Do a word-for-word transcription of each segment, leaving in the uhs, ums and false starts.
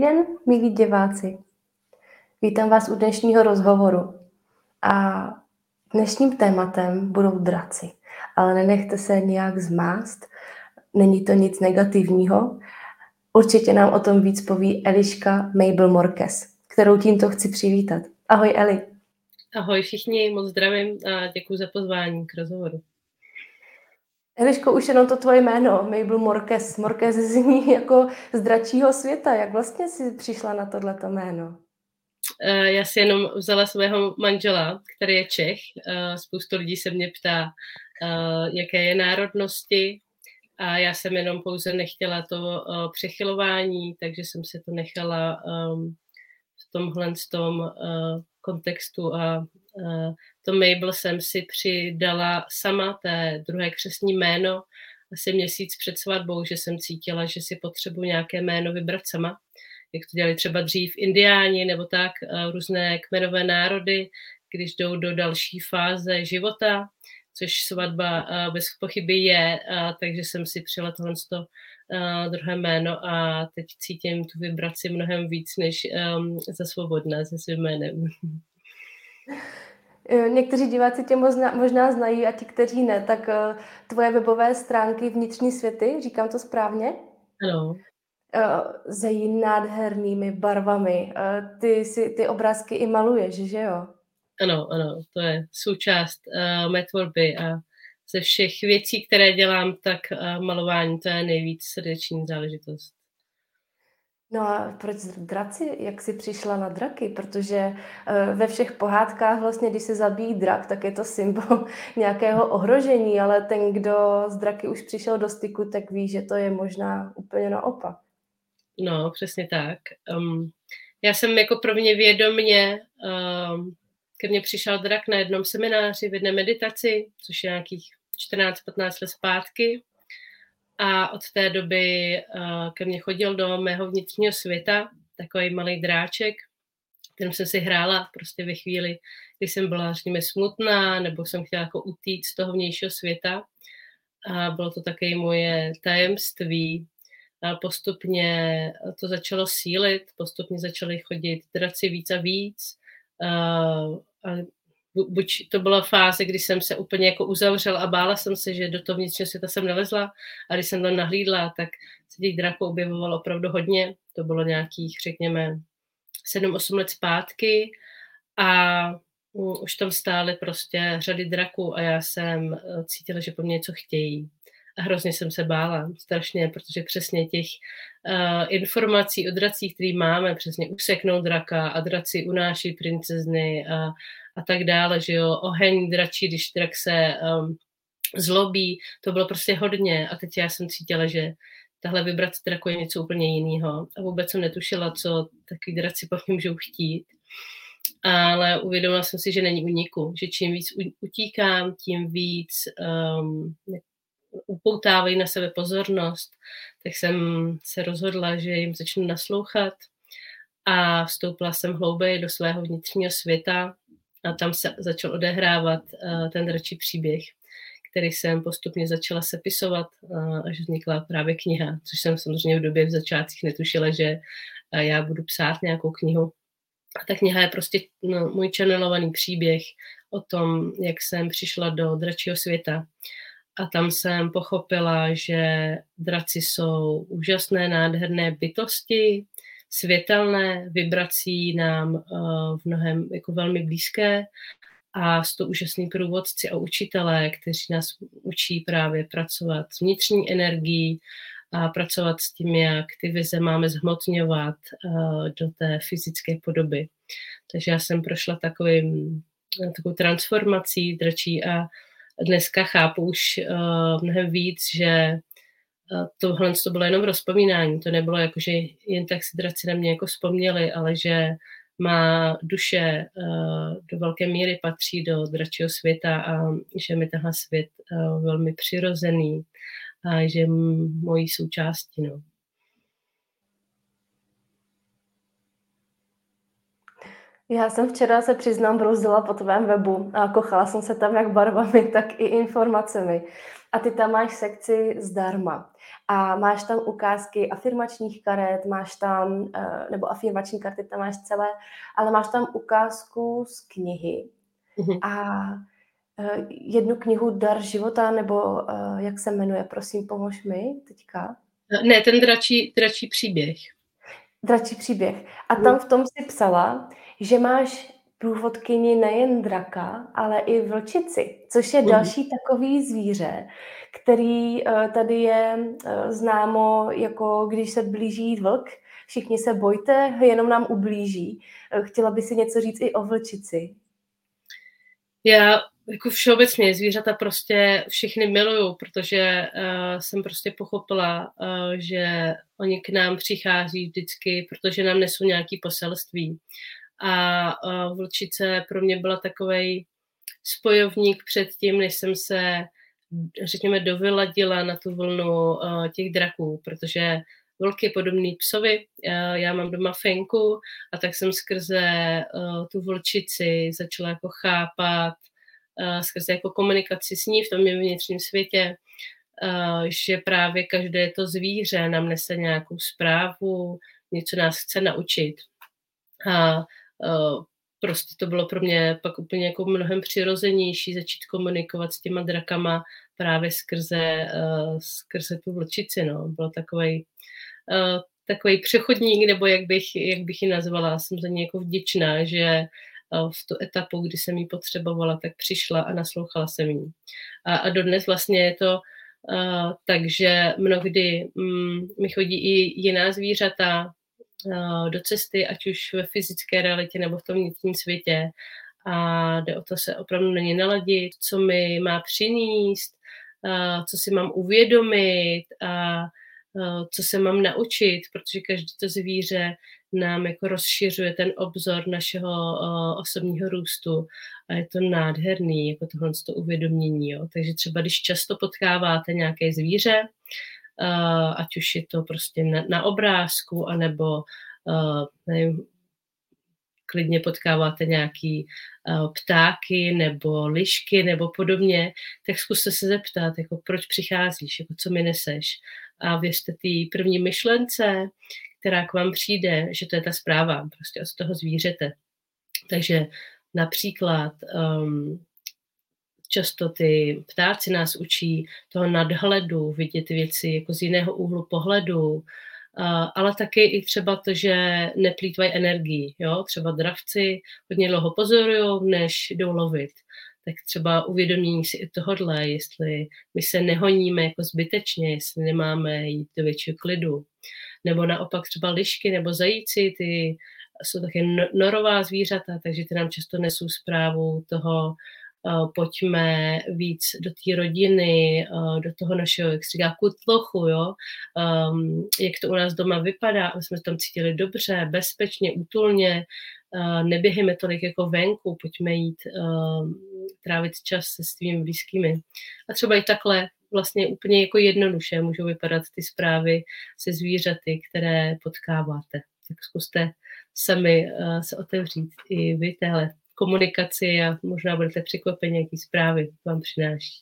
den, milí diváci. Vítám vás u dnešního rozhovoru. A dnešním tématem budou draci. Ale nenechte se nějak zmást, není to nic negativního. Určitě nám o tom víc poví Eliška Mabel Morkes, kterou tímto chci přivítat. Ahoj Eli. Ahoj všichni, moc zdravím a děkuji za pozvání k rozhovoru. Eliško, už jenom to tvoje jméno, Mabel Morkes. Morkes zní jako z dračího světa. Jak vlastně jsi přišla na tohleto jméno? Já si jenom vzala svého manžela, který je Čech. Spoustu lidí se mě ptá, jaké je národnosti, a já jsem jenom pouze nechtěla to přechylování, takže jsem se to nechala v tomhle tom kontextu a to Mabel jsem si přidala sama, té druhé křestní jméno, asi měsíc před svatbou, že jsem cítila, že si potřebuji nějaké jméno vybrat sama, jak to dělali třeba dřív indiáni nebo tak, různé kmenové národy, když jdou do další fáze života, což svatba bez pochyby je, takže jsem si přijala tohle druhé jméno a teď cítím tu vibraci mnohem víc než um, za svobodná se svým jménem. Někteří diváci tě možná, možná znají a ti, kteří ne, tak uh, tvoje webové stránky Vnitřní světy, říkám to správně? Ano. Uh, zejí nádhernými barvami. Uh, ty si ty obrázky i maluješ, že jo? Ano, ano, to je součást uh, mé tvorby a ze všech věcí, které dělám, tak uh, malování to je nejvíc srdeční záležitost. No a proč draci? Jak jsi přišla na draky? Protože uh, ve všech pohádkách vlastně, když se zabíjí drak, tak je to symbol nějakého ohrožení, ale ten, kdo z draky už přišel do styku, tak ví, že to je možná úplně naopak. No, přesně tak. Um, já jsem jako pro mě vědomě, um, ke mně přišel drak na jednom semináři, v jedné meditaci, což je nějakých čtrnáct patnáct let zpátky. A od té doby uh, ke mně chodil do mého vnitřního světa takový malý dráček, kterým jsem si hrála prostě ve chvíli, kdy jsem byla, řekněme, smutná, nebo jsem chtěla jako utíct z toho vnějšího světa. A bylo to také moje tajemství. A postupně to začalo sílit, postupně začaly chodit draci víc a víc. Uh, a buď to byla fáze, kdy jsem se úplně jako uzavřela a bála jsem se, že do toho vnitřního světa jsem nelezla, a když jsem tam nahlídla, tak se těch draků objevovalo opravdu hodně. To bylo nějakých, řekněme, sedm osm let zpátky a už tam stály prostě řady draků a já jsem cítila, že po mně něco chtějí. A hrozně jsem se bála, strašně, protože přesně těch uh, informací o dracích, které máme, přesně useknou draka a draci unáší princezny a, a tak dále, že jo, oheň dračí, když drak se um, zlobí, to bylo prostě hodně a teď já jsem cítila, že tahle vibrace draku je něco úplně jiného a vůbec jsem netušila, co takový draci po mě můžou chtít. Ale uvědomila jsem si, že není úniku, že čím víc utíkám, tím víc um, upoutávají na sebe pozornost, tak jsem se rozhodla, že jim začnu naslouchat a vstoupila jsem hlouběji do svého vnitřního světa a tam se začal odehrávat uh, ten dračí příběh, který jsem postupně začala sepisovat, uh, až vznikla právě kniha, což jsem samozřejmě v době v začátcích netušila, že uh, já budu psát nějakou knihu. A ta kniha je prostě no, můj channelovaný příběh o tom, jak jsem přišla do dračího světa. A tam jsem pochopila, že draci jsou úžasné, nádherné bytosti, světelné, vibrací nám uh, v mnohem jako velmi blízké a jsou to úžasní průvodci a učitelé, kteří nás učí právě pracovat s vnitřní energií a pracovat s tím, jak ty vize máme zhmotňovat uh, do té fyzické podoby. Takže já jsem prošla takovým, takovou transformací dračí a dneska chápu už uh, mnohem víc, že uh, tohle to bylo jenom rozpomínání. To nebylo jako, že jen tak si draci na mě jako vzpomněli, ale že má duše uh, do velké míry patří do dračího světa a že mi tenhle svět uh, velmi přirozený a že mojí součástí. No. Já jsem včera, se přiznám, brouzdila po tvém webu a kochala jsem se tam jak barvami, tak i informacemi. A ty tam máš sekci zdarma. A máš tam ukázky afirmačních karet, máš tam, eh, nebo afirmační karty tam máš celé, ale máš tam ukázku z knihy. Mhm. A eh, jednu knihu Dar života, nebo eh, jak se jmenuje, prosím, pomož mi teďka. Ne, ten dračí, dračí příběh. Dračí příběh. A Mhm. tam v tom si psala, že máš průvodkyni nejen draka, ale i vlčici, což je Mhm. další takový zvíře, který eh, tady je eh, známo jako když se blíží vlk, všichni se bojte, jenom nám ublíží. Eh, Chtěla by si něco říct i o vlčici? Já jako všeobecně zvířata prostě všechny miluju, protože uh, jsem prostě pochopila, uh, že oni k nám přichází vždycky, protože nám nesou nějaké poselství. A uh, vlčice pro mě byla takovej spojovník před tím, než jsem se, řekněme, dovyladila na tu vlnu uh, těch draků, protože vlk je podobný psovi, uh, já mám doma Fenku a tak jsem skrze uh, tu vlčici začala jako chápat, uh, skrze jako komunikaci s ní v tom mém vnitřním světě, uh, že právě každé to zvíře nám nese nějakou zprávu, něco nás chce naučit. A uh, prostě to bylo pro mě pak úplně jako mnohem přirozenější začít komunikovat s těma drakama právě skrze, uh, skrze tu vlčici, no. Byl takovej, uh, takovej přechodník, nebo jak bych, jak bych ji nazvala. Jsem za ní jako vděčná, že uh, v tu etapu, kdy jsem ji potřebovala, tak přišla a naslouchala jsem jí. A, a dodnes vlastně je to uh, tak, že mnohdy um, mi chodí i jiná zvířata do cesty, ať už ve fyzické realitě nebo v tom vnitřním světě. A jde o to se opravdu na ně naladit, co mi má přinést, co si mám uvědomit a co se mám naučit, protože každé to zvíře nám jako rozšiřuje ten obzor našeho osobního růstu a je to nádherný, jako tohle to uvědomění. Jo. Takže třeba když často potkáváte nějaké zvíře, Uh, ať už je to prostě na, na obrázku, anebo uh, nevím, klidně potkáváte nějaký uh, ptáky nebo lišky nebo podobně, tak zkuste se zeptat, jako proč přicházíš, jako co mi neseš. A věřte té první myšlence, která k vám přijde, že to je ta zpráva prostě od toho zvířete. Takže například um, často ty ptáci nás učí toho nadhledu, vidět věci jako z jiného úhlu pohledu, ale taky i třeba to, že neplýtvají energii. Jo? Třeba dravci hodně dlouho pozorujou, než jdou lovit. Tak třeba uvědomění si i tohodle, jestli my se nehoníme jako zbytečně, jestli nemáme jít do většího klidu. Nebo naopak třeba lišky nebo zajíci, ty jsou také norová zvířata, takže ty nám často nesou zprávu toho, Uh, pojďme víc do té rodiny, uh, do toho našeho, jak se říká, kutlochu, jo? Um, jak to u nás doma vypadá, aby jsme se tam cítili dobře, bezpečně, útulně, uh, neběhejme tolik jako venku, pojďme jít uh, trávit čas se svými blízkými. A třeba i takhle vlastně úplně jako jednoduše můžou vypadat ty zprávy se zvířaty, které potkáváte. Tak zkuste sami uh, se otevřít i vy téhle komunikaci a možná budete překvapeni, jaký zprávy vám přináší.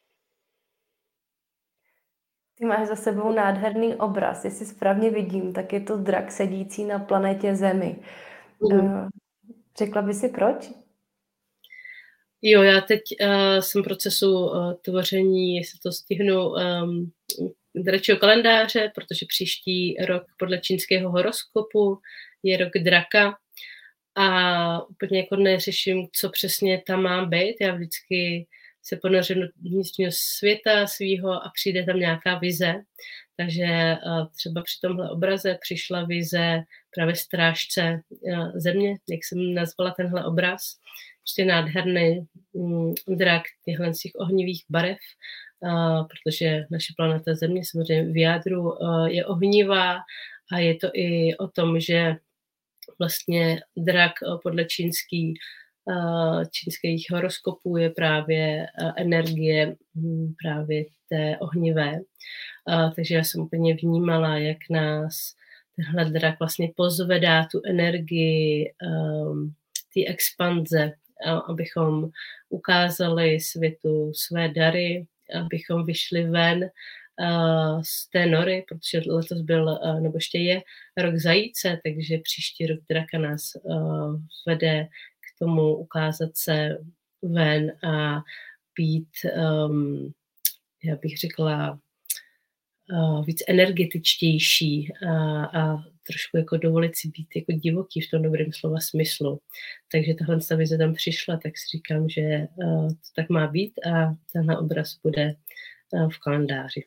Ty máš za sebou nádherný obraz. Jestli správně vidím, tak je to drak sedící na planetě Zemi. Mm. Řekla by si proč? Jo, já teď uh, jsem v procesu uh, tvoření, jestli to stihnu, um, dračího kalendáře, protože příští rok podle čínského horoskopu je rok draka. A úplně jako neřeším, co přesně tam má být. Já vždycky se ponořím do vnitřního světa svýho a přijde tam nějaká vize. Takže třeba při tomhle obraze přišla vize právě strážce země, jak jsem nazvala tenhle obraz. Prostě nádherný drak těchhle z těch ohnivých barev, protože naše planeta Země samozřejmě v jádru je ohnivá a je to i o tom, že vlastně drak podle čínský, čínských horoskopů je právě energie právě té ohnivé. Takže já jsem úplně vnímala, jak nás tenhle drak vlastně pozvedá tu energii té expanze, abychom ukázali světu své dary, abychom vyšli ven z té nory, protože letos byl, nebo ještě je rok zajíce, takže příští rok draka nás vede k tomu ukázat se ven a být, um, já bych řekla, uh, víc energetičtější a, a trošku jako dovolit si být jako divoký v tom dobrém slova smyslu. Takže tahle ta vize tam přišla, tak si říkám, že uh, to tak má být a tenhle obraz bude uh, v kalendáři.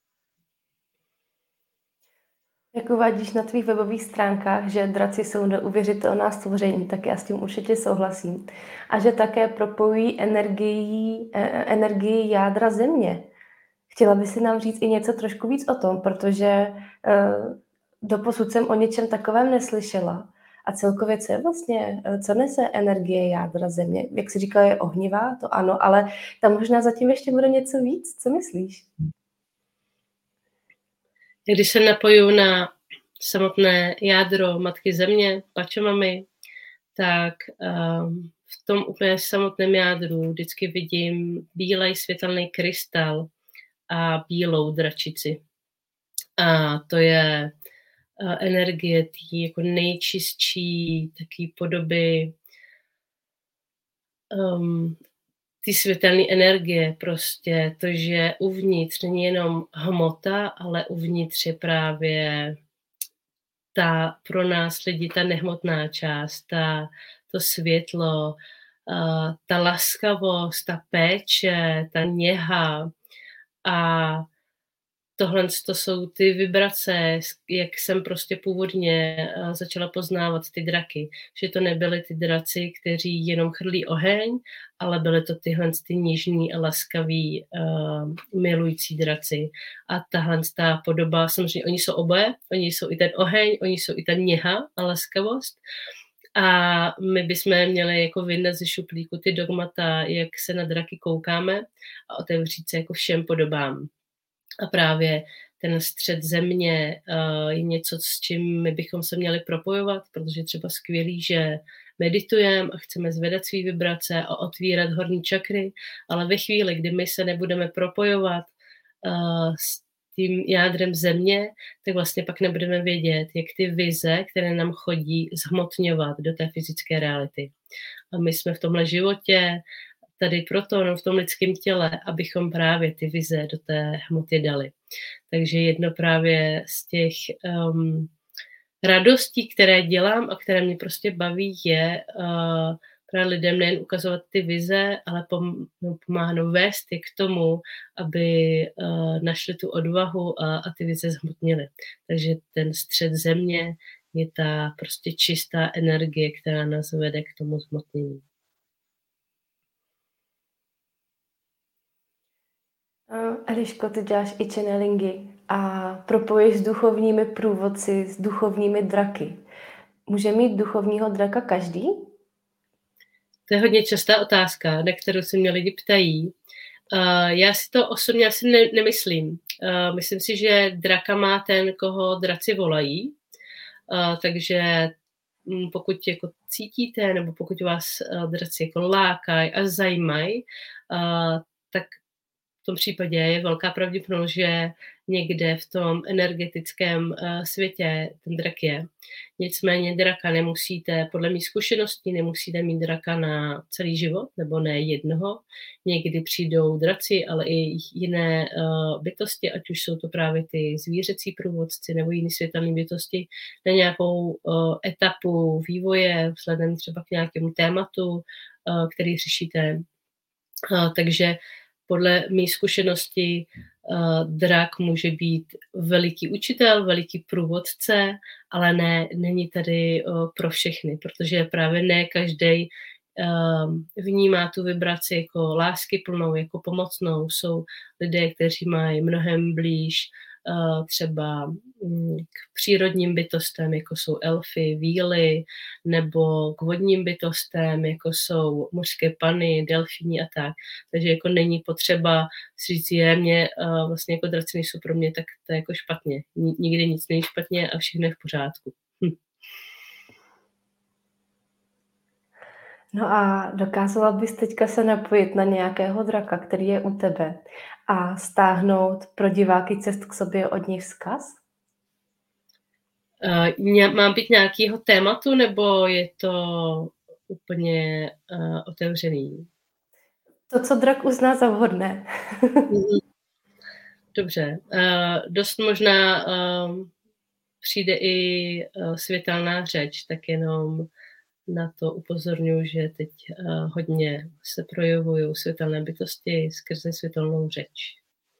Jak uvádíš na tvých webových stránkách, že draci jsou neuvěřitelná stvoření, tak já s tím určitě souhlasím. A že také propojují energii, energii jádra země. Chtěla by si nám říct i něco trošku víc o tom, protože uh, doposud jsem o něčem takovém neslyšela. A celkově, co je vlastně, co nese energie jádra země? Jak jsi říkala, je ohnivá, to ano, ale tam možná zatím ještě bude něco víc. Co myslíš? Když se napoju na samotné jádro Matky Země, Pachamamy, tak um, v tom úplně samotném jádru vždycky vidím bílej světelný krystal a bílou dračici. A to je uh, energie té jako nejčistší takové podoby um, ty světelné energie, prostě to, že uvnitř není jenom hmota, ale uvnitř je právě ta pro nás lidi, ta nehmotná část, ta, to světlo, uh, ta laskavost, ta péče, ta něha a tohle to jsou ty vibrace, jak jsem prostě původně začala poznávat ty draky. Že to nebyly ty draci, kteří jenom chrlí oheň, ale byly to tyhle ty něžní a laskaví uh, milující draci. A tahle ta podoba, samozřejmě oni jsou oboje, oni jsou i ten oheň, oni jsou i ta něha a laskavost. A my bychom měli jako vyndat ze šuplíku ty dogmata, jak se na draky koukáme a otevřít se jako všem podobám. A právě ten střed země uh, je něco, s čím my bychom se měli propojovat, protože třeba skvělý, že meditujeme a chceme zvedat svý vibrace a otvírat horní čakry, ale ve chvíli, kdy my se nebudeme propojovat uh, s tím jádrem země, tak vlastně pak nebudeme vědět, jak ty vize, které nám chodí, zhmotňovat do té fyzické reality. A my jsme v tomhle životě tady proto, no, v tom lidském těle, abychom právě ty vize do té hmoty dali. Takže jedno právě z těch um, radostí, které dělám a které mě prostě baví, je uh, právě lidem nejen ukazovat ty vize, ale pom- no, pomáhat vést je k tomu, aby uh, našli tu odvahu a, a ty vize zhmotnili. Takže ten střed země je ta prostě čistá energie, která nás vede k tomu zhmotnění. Eliško, ty děláš i channelingy a propojuješ s duchovními průvodci, s duchovními draky. Může mít duchovního draka každý? To je hodně častá otázka, na kterou se mě lidi ptají. Uh, já si to osobně asi ne- nemyslím. Uh, myslím si, že draka má ten, koho draci volají. Uh, takže um, pokud jako cítíte, nebo pokud vás uh, draci jako lákají a zajímají, uh, tak v tom případě je velká pravděpodobnost, že někde v tom energetickém uh, světě ten drak je. Nicméně draka nemusíte, podle mých zkušeností, nemusíte mít draka na celý život, nebo ne jednoho. Někdy přijdou draci, ale i jiné uh, bytosti, ať už jsou to právě ty zvířecí průvodci nebo jiné světelné bytosti, na nějakou uh, etapu vývoje, vzhledem třeba k nějakému tématu, uh, který řešíte. Uh, takže podle mých zkušeností uh, drak může být veliký učitel, veliký průvodce, ale ne, není tady uh, pro všechny, protože právě ne každý uh, vnímá tu vibraci jako láskyplnou, jako pomocnou. Jsou lidé, kteří mají mnohem blíž uh, třeba um, k přírodním bytostem, jako jsou elfy, víly, nebo k vodním bytostem, jako jsou mořské pany, delfíni a tak. Takže jako není potřeba si říct, je mě uh, vlastně jako draci nejsou pro mě, tak to je jako špatně. Nikdy nic není špatně a všechno je v pořádku. Hm. No a dokázala bys teďka se napojit na nějakého draka, který je u tebe a stáhnout pro diváky Cest k sobě od nich vzkaz? Uh, mám být nějakýho tématu, nebo je to úplně uh, otevřený? To, co drak uzná za vhodné. Mm-hmm. Dobře. Uh, dost možná uh, přijde i uh, světelná řeč, tak jenom na to upozorňuji, že teď uh, hodně se projevují světelné bytosti skrze světelnou řeč.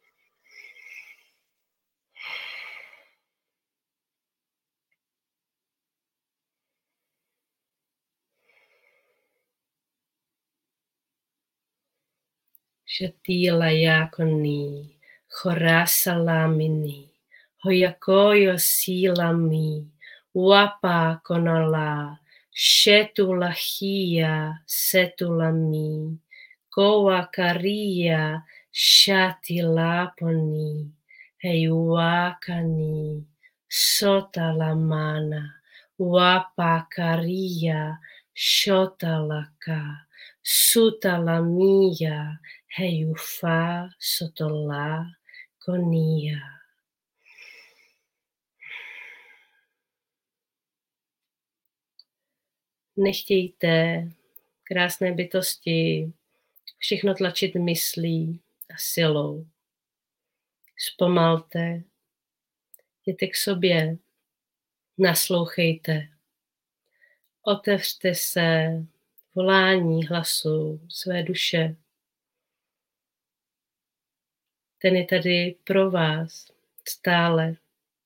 Shatilayakoni, Khorasalamini, Hoyakoyo Silami, Wapa Konala, Shetulahia Setulami, Kowakaria Shatilaponi, Heyuakani, Sotalamana, Wapakaria Shotalaka, Sutalamia, Heyufa Sotola Konia. Nechtějte, krásné bytosti, všechno tlačit myslí a silou. Zpomalte, jděte k sobě, naslouchejte, otevřte se volání hlasu své duše. Ten je tady pro vás stále.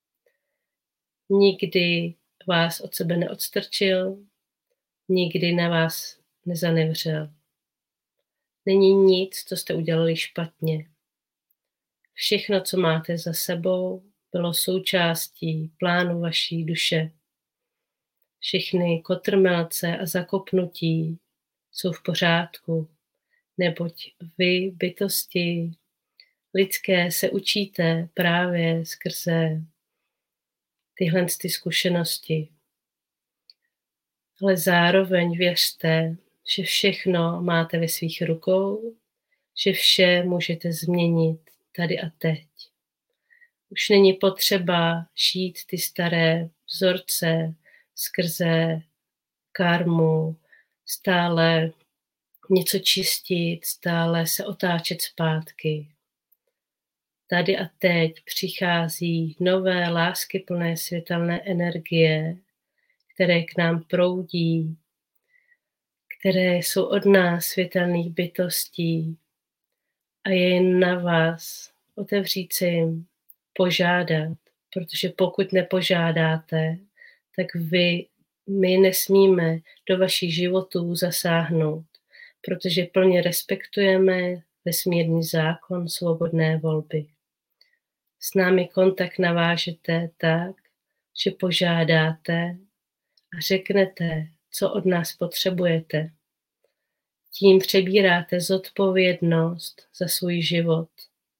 Nikdy vás od sebe neodstrčil, nikdy na vás nezanevřel. Není nic, co jste udělali špatně. Všechno, co máte za sebou, bylo součástí plánu vaší duše. Všechny kotrmelce a zakopnutí jsou v pořádku, neboť vy, bytosti lidské, se učíte právě skrze tyhle ty zkušenosti. Ale zároveň věřte, že všechno máte ve svých rukou, že vše můžete změnit tady a teď. Už není potřeba šít ty staré vzorce skrze karmu, stále něco čistit, stále se otáčet zpátky. Tady a teď přichází nové láskyplné světelné energie, které k nám proudí, které jsou od nás světelných bytostí a je jen na vás otevřít se jim, požádat, protože pokud nepožádáte, tak vy, my nesmíme do vašich životů zasáhnout, protože plně respektujeme vesmírný zákon svobodné volby. S námi kontakt navážete tak, že požádáte a řeknete, co od nás potřebujete. Tím přebíráte zodpovědnost za svůj život.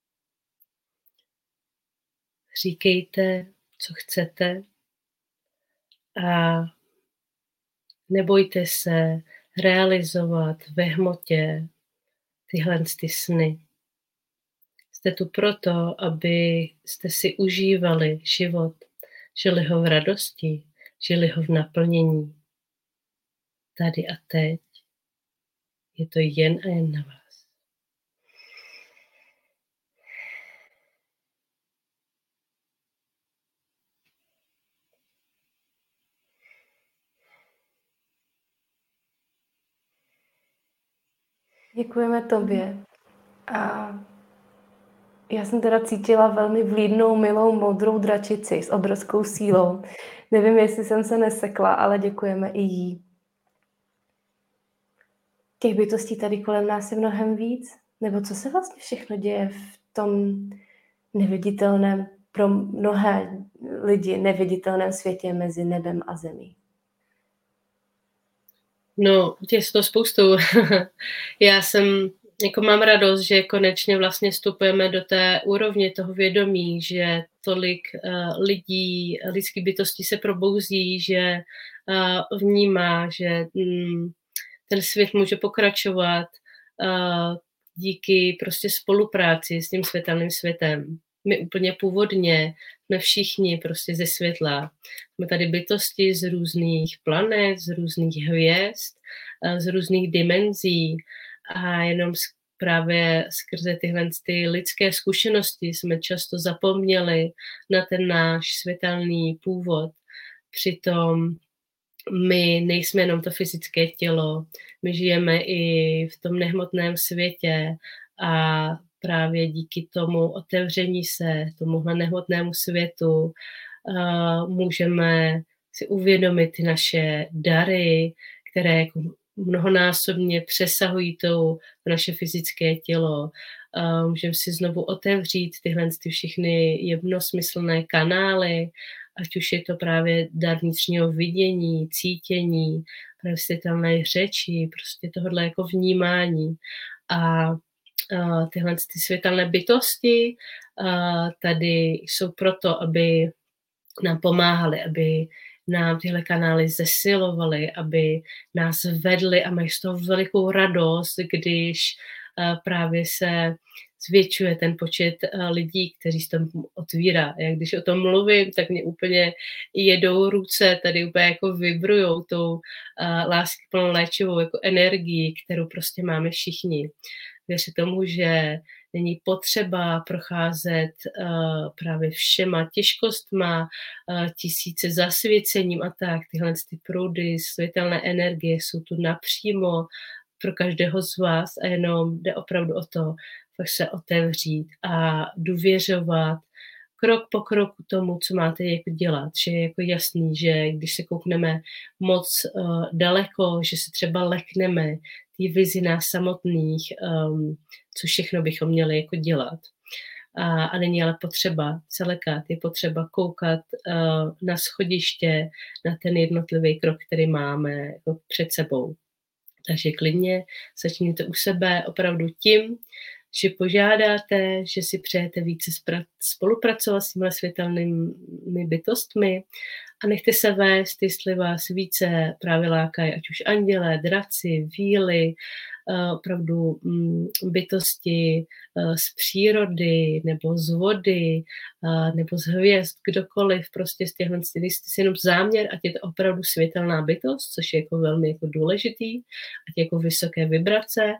Říkejte, co chcete a nebojte se realizovat ve hmotě tyhle ty sny. Jste tu proto, aby jste si užívali život, žili ho v radosti, žili ho v naplnění. Tady a teď je to jen a jen na vás. Děkujeme tobě. A já jsem teda cítila velmi vlídnou, milou, moudrou dračici s obrovskou sílou. Nevím, jestli jsem se nesekla, ale děkujeme i jí. Těch bytostí tady kolem nás je mnohem víc. Nebo co se vlastně všechno děje v tom neviditelném, pro mnohé lidi neviditelném světě mezi nebem a zemí? No, je to spoustu. Já jsem, jako mám radost, že konečně vlastně vstupujeme do té úrovně toho vědomí, že tolik uh, lidí, lidský bytostí se probouzí, že uh, vnímá, že um, ten svět může pokračovat díky prostě spolupráci s tím světelným světem. My úplně původně jsme všichni prostě ze světla. Jsme tady bytosti z různých planet, z různých hvězd, z různých dimenzí a jenom právě skrze tyhle ty lidské zkušenosti jsme často zapomněli na ten náš světelný původ. Přitom my nejsme jenom to fyzické tělo, my žijeme i v tom nehmotném světě a právě díky tomu otevření se tomuhle nehmotnému světu uh, můžeme si uvědomit ty naše dary, které jako mnohonásobně přesahují to naše fyzické tělo. Uh, můžeme si znovu otevřít tyhle ty všechny jemnosmyslné kanály, ať už je to právě dar vnitřního vidění, cítění, právě světelné řeči, prostě tohle jako vnímání. A uh, tyhle ty světelné bytosti uh, tady jsou proto, aby nám pomáhali, aby nám tyhle kanály zesilovaly, aby nás vedly a mají z toho velikou radost, když uh, právě se zvětšuje ten počet uh, lidí, kteří se tam otvírá. Jak když o tom mluvím, tak mě úplně jedou ruce, tady úplně jako vibrujou tou uh, láskyplnou léčivou jako energii, kterou prostě máme všichni. Věřím tomu, že není potřeba procházet uh, právě všema těžkostma, uh, tisíce zasvěcením a tak. Tyhle ty proudy světelné energie jsou tu napřímo pro každého z vás a jenom jde opravdu o to, tak se otevřít a důvěřovat krok po kroku tomu, co máte jako dělat. Že je jako jasný, že když se koukneme moc uh, daleko, že se třeba lekneme ty vizi nás samotných, um, co všechno bychom měli jako dělat. A, a není ale potřeba se lekat, je potřeba koukat uh, na schodiště, na ten jednotlivý krok, který máme jako před sebou. Takže klidně začněte u sebe opravdu tím, že požádáte, že si přejete více spolupracovat s těmi světelnými bytostmi a nechte se vést, jestli vás více právě lákají, ať už andělé, draci, víly, opravdu bytosti z přírody nebo z vody nebo z hvězd, kdokoliv, prostě z těchhle si jenom záměr, ať je to opravdu světelná bytost, což je jako velmi jako důležitý, ať je jako vysoké vibrace,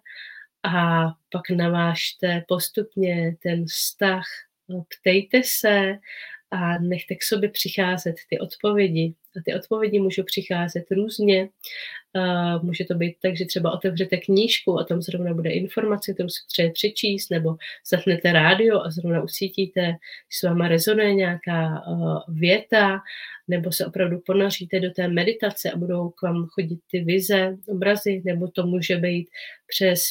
a pak navážte postupně ten vztah, ptejte se a nechte k sobě přicházet ty odpovědi. A ty odpovědi můžou přicházet různě. Uh, může to být tak, že třeba otevřete knížku a tam zrovna bude informace, kterou si třeba přečíst, nebo zapnete rádio a zrovna usítíte, že s váma rezonuje nějaká uh, věta, nebo se opravdu ponoříte do té meditace a budou k vám chodit ty vize, obrazy, nebo to může být přes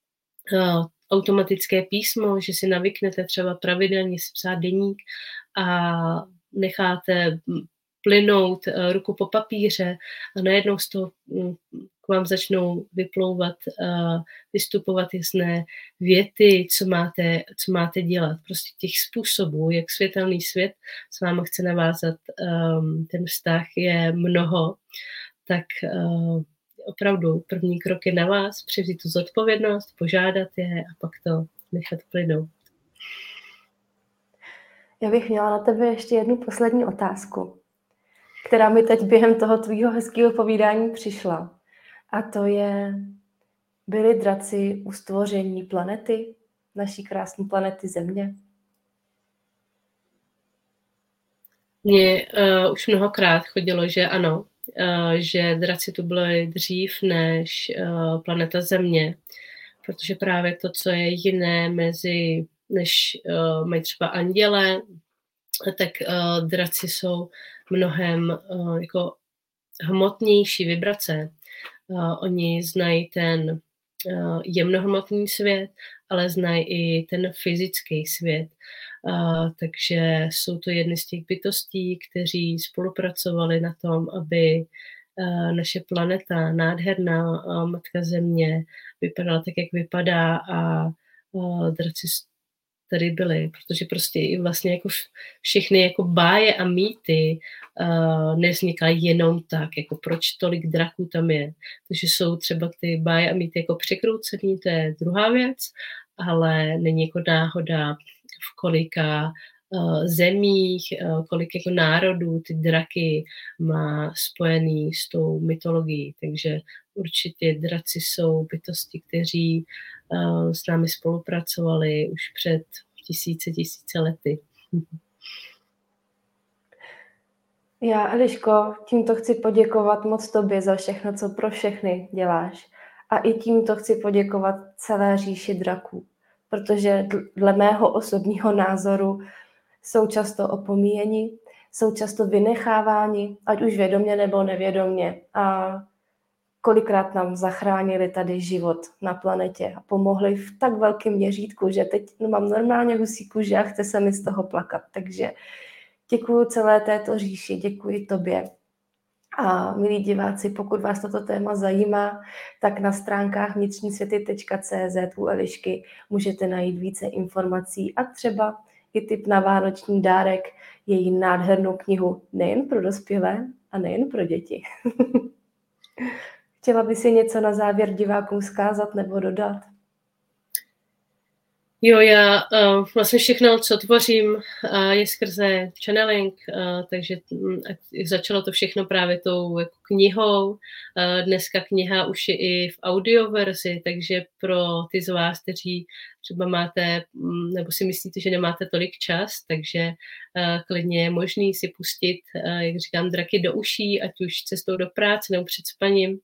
uh, automatické písmo, že si navyknete třeba pravidelně si psát deník a necháte plynout ruku po papíře a najednou z toho k vám začnou vyplouvat, vystupovat jasné věty, co máte, co máte dělat. Prostě těch způsobů, jak světelný svět s váma chce navázat ten vztah, je mnoho, tak opravdu první krok je na vás, převzít tu zodpovědnost, požádat je a pak to nechat plynout. Já bych měla na tebe ještě jednu poslední otázku, která mi teď během toho tvýho hezkého povídání přišla. A to je, byli draci u stvoření planety, naší krásné planety Země? Mně uh, už mnohokrát chodilo, že ano, uh, že draci tu byly dřív než uh, planeta Země, protože právě to, co je jiné mezi, než uh, mají třeba anděle, tak uh, draci jsou mnohem uh, jako hmotnější vibrace. Uh, oni znají ten uh, jemnohmotný svět, ale znají i ten fyzický svět. Uh, takže jsou to jedny z těch bytostí, kteří spolupracovali na tom, aby uh, naše planeta, nádherná uh, Matka Země, vypadala tak, jak vypadá, a uh, draci tady byly, protože prostě i vlastně jako všechny jako báje a mýty uh, nevznikají jenom tak, jako proč tolik draků tam je. Takže jsou třeba ty báje a mýty jako překroucený, to je druhá věc, ale není jako náhoda, v kolika uh, zemích, uh, kolik jako národů ty draky má spojený s tou mytologií. Takže určitě draci jsou bytosti, kteří uh, s námi spolupracovali už před tisíce, tisíce lety. Já, Eliško, tímto chci poděkovat moc tobě za všechno, co pro všechny děláš. A i tímto chci poděkovat celé říši draků, protože dle mého osobního názoru jsou často opomíjeni, jsou často vynecháváni, ať už vědomě nebo nevědomě. A kolikrát nám zachránili tady život na planetě a pomohli v tak velkém měřítku, že teď mám normálně husí kůži a chce se mi z toho plakat. Takže děkuji celé této říši, děkuji tobě. A milí diváci, pokud vás toto téma zajímá, tak na stránkách vnitřnísvěty tečka cé zet u Elišky můžete najít více informací a třeba i tip na vánoční dárek, její nádhernou knihu nejen pro dospělé a nejen pro děti. Chtěla by si něco na závěr divákům vzkázat nebo dodat? Jo, já uh, vlastně všechno, co tvořím, uh, je skrze channeling, uh, takže um, začalo to všechno právě tou jako knihou. Uh, dneska kniha už je i v audioverzi, takže pro ty z vás, kteří třeba máte, um, nebo si myslíte, že nemáte tolik čas, takže uh, klidně je možný si pustit, uh, jak říkám, draky do uší, ať už cestou do práce nebo před spaním.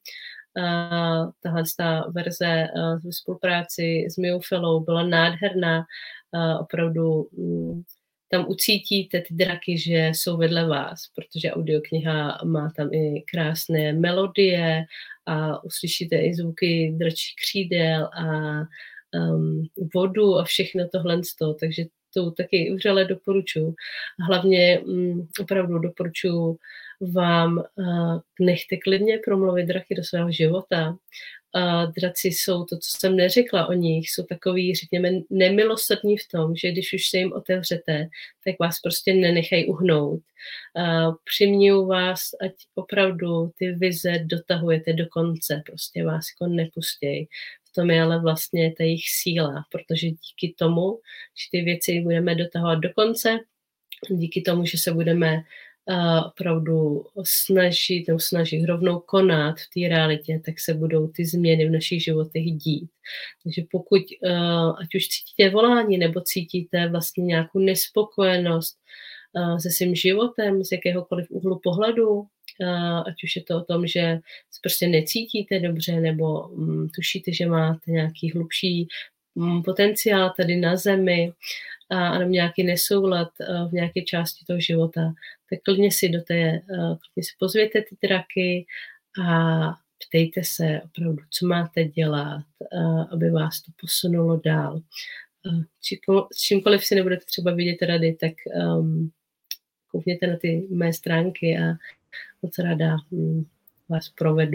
Uh, tahle ta verze uh, v spolupráci s Mijou Fellow byla nádherná. Uh, opravdu um, tam ucítíte ty draky, že jsou vedle vás, protože audiokniha má tam i krásné melodie a uslyšíte i zvuky dračí křídel a um, vodu a všechno tohle. Takže to taky vřele doporučuji. Hlavně um, opravdu doporučuji vám uh, nechte klidně promluvit draky do svého života. Uh, draci jsou to, co jsem neřekla o nich, jsou takový, řekněme, nemilosrdní v tom, že když už se jim otevřete, tak vás prostě nenechají uhnout. Uh, přiměju vás, ať opravdu ty vize dotahujete do konce, prostě vás jako nepustěj. V tom je ale vlastně ta jejich síla, protože díky tomu, že ty věci budeme dotahovat do konce, díky tomu, že se budeme Uh, opravdu snažit nebo snažit rovnou konat v té realitě, tak se budou ty změny v našich životech dít. Takže pokud uh, ať už cítíte volání nebo cítíte vlastně nějakou nespokojenost uh, se svým životem z jakéhokoliv úhlu pohledu, uh, ať už je to o tom, že se prostě necítíte dobře nebo um, tušíte, že máte nějaký hlubší um, potenciál tady na zemi, a nebo nějaký nesoulad uh, v nějaké části toho života, tak klidně si do té, uh, klidně si pozvěte ty draky a ptejte se opravdu, co máte dělat, uh, aby vás to posunulo dál. Uh, či, s čímkoliv si nebudete třeba vidět rady, tak um, koukněte na ty mé stránky a moc ráda um, vás provedu.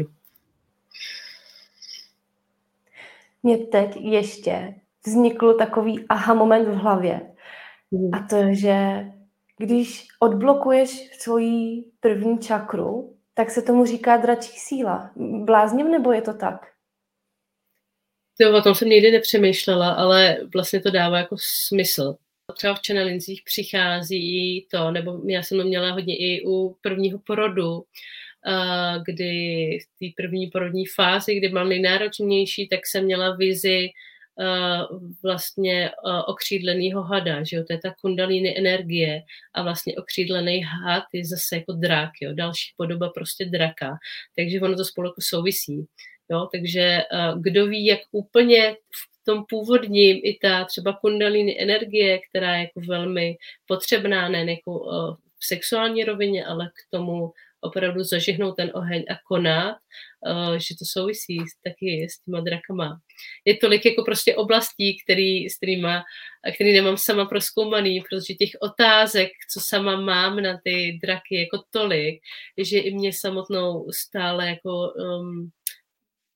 Mně teď ještě vznikl takový aha moment v hlavě. Mm. A to je, že když odblokuješ svoji první čakru, tak se tomu říká dračí síla. Blázním nebo je to tak? To, o tom jsem nikdy nepřemýšlela, ale vlastně to dává jako smysl. Třeba v channelingzích přichází to, nebo já jsem to měla hodně i u prvního porodu, kdy v té první porodní fázi, kdy byl nejnáročnější, tak jsem měla vizi Uh, vlastně uh, okřídlenýho hada, že jo, to je ta kundalíny energie a vlastně okřídlený had je zase jako drak, jo, další podoba prostě draka, takže ono to spolu jako souvisí, jo, takže uh, kdo ví, jak úplně v tom původním i ta třeba kundalíny energie, která je jako velmi potřebná, ne jako uh, v sexuální rovině, ale k tomu opravdu zažihnout ten oheň a konat, uh, že to souvisí taky s těma drakama. Je tolik jako prostě oblastí, který, s kterýma, který nemám sama prozkoumaný, protože těch otázek, co sama mám na ty draky, jako tolik, že i mě samotnou stále jako um,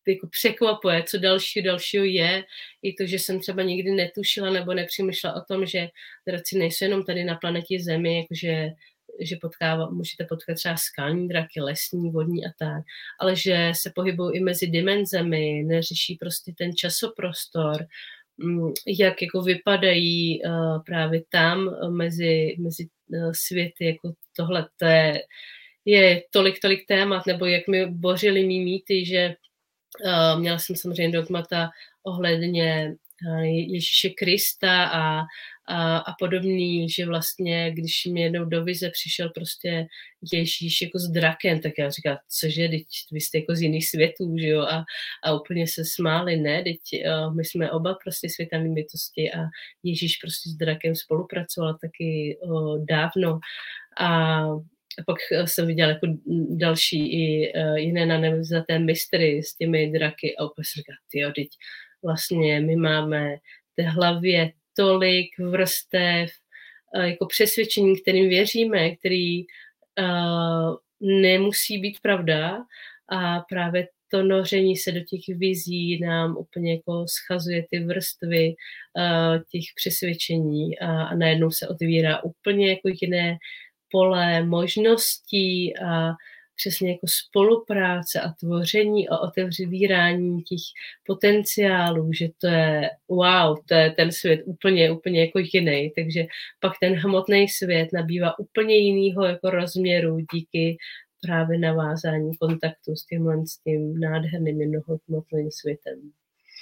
jako překvapuje, co dalšího dalšího je. I to, že jsem třeba nikdy netušila nebo nepřemýšlela o tom, že draci nejsou jenom tady na planetě Zemi, jakože že potkává, můžete potkat třeba skalní draky, lesní, vodní a tak, ale že se pohybují i mezi dimenzemi, neřeší prostě ten časoprostor, jak jako vypadají uh, právě tam mezi, mezi uh, světy, jako tohle, to je, je tolik, tolik témat, nebo jak mi bořili mý mýty, že uh, měla jsem samozřejmě dogmata ohledně uh, Ježíše Krista a A, a podobný, že vlastně, když mi jednou do vize přišel prostě Ježíš jako s drakem, tak já říkala, cože, teď vy jste jako z jiných světů, že jo, a, a úplně se smáli, ne, teď uh, my jsme oba prostě světelné bytosti a Ježíš prostě s drakem spolupracoval taky uh, dávno a a pak jsem viděla jako další i uh, jiné na nevzaté mistry s těmi draky a úplně jsem říkala, tyjo, teď vlastně my máme v té hlavě tolik vrstev, jako přesvědčení, kterým věříme, který uh, nemusí být pravda a právě to noření se do těch vizí nám úplně jako schazuje ty vrstvy uh, těch přesvědčení a, a najednou se otvírá úplně jako jiné pole možností a přesně jako spolupráce a tvoření a otevírání těch potenciálů, že to je wow, to je ten svět úplně, úplně jako jiný. Takže pak ten hmotný svět nabývá úplně jinýho jako rozměru díky právě navázání kontaktu s tímhle s tím nádherným jednohmotným světem.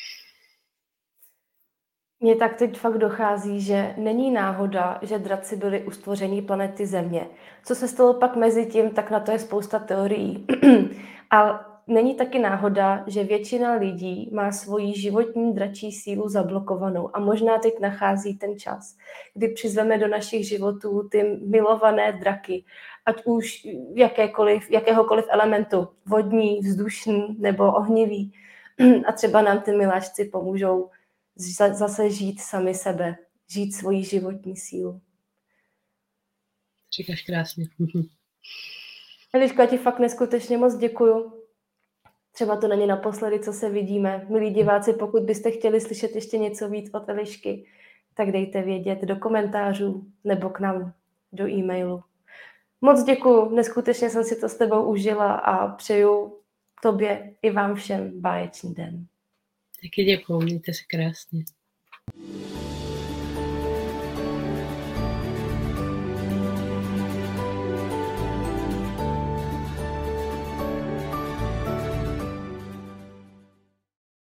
Mně tak teď fakt dochází, že není náhoda, že draci byli u stvoření planety Země. Co se stalo pak mezi tím, tak na to je spousta teorií. A není taky náhoda, že většina lidí má svoji životní dračí sílu zablokovanou a možná teď nachází ten čas, kdy přizveme do našich životů ty milované draky, ať už jakékoliv, jakéhokoliv elementu, vodní, vzdušný nebo ohnivý. A třeba nám ty miláčci pomůžou zase žít sami sebe, žít svoji životní sílu. Říkáš krásně. Eliško, já ti fakt neskutečně moc děkuju. Třeba to není naposledy, co se vidíme. Milí diváci, pokud byste chtěli slyšet ještě něco víc od Elišky, tak dejte vědět do komentářů nebo k nám do e-mailu. Moc děkuju, neskutečně jsem si to s tebou užila a přeju tobě i vám všem báječný den. Taky děkuju, mějte se krásně.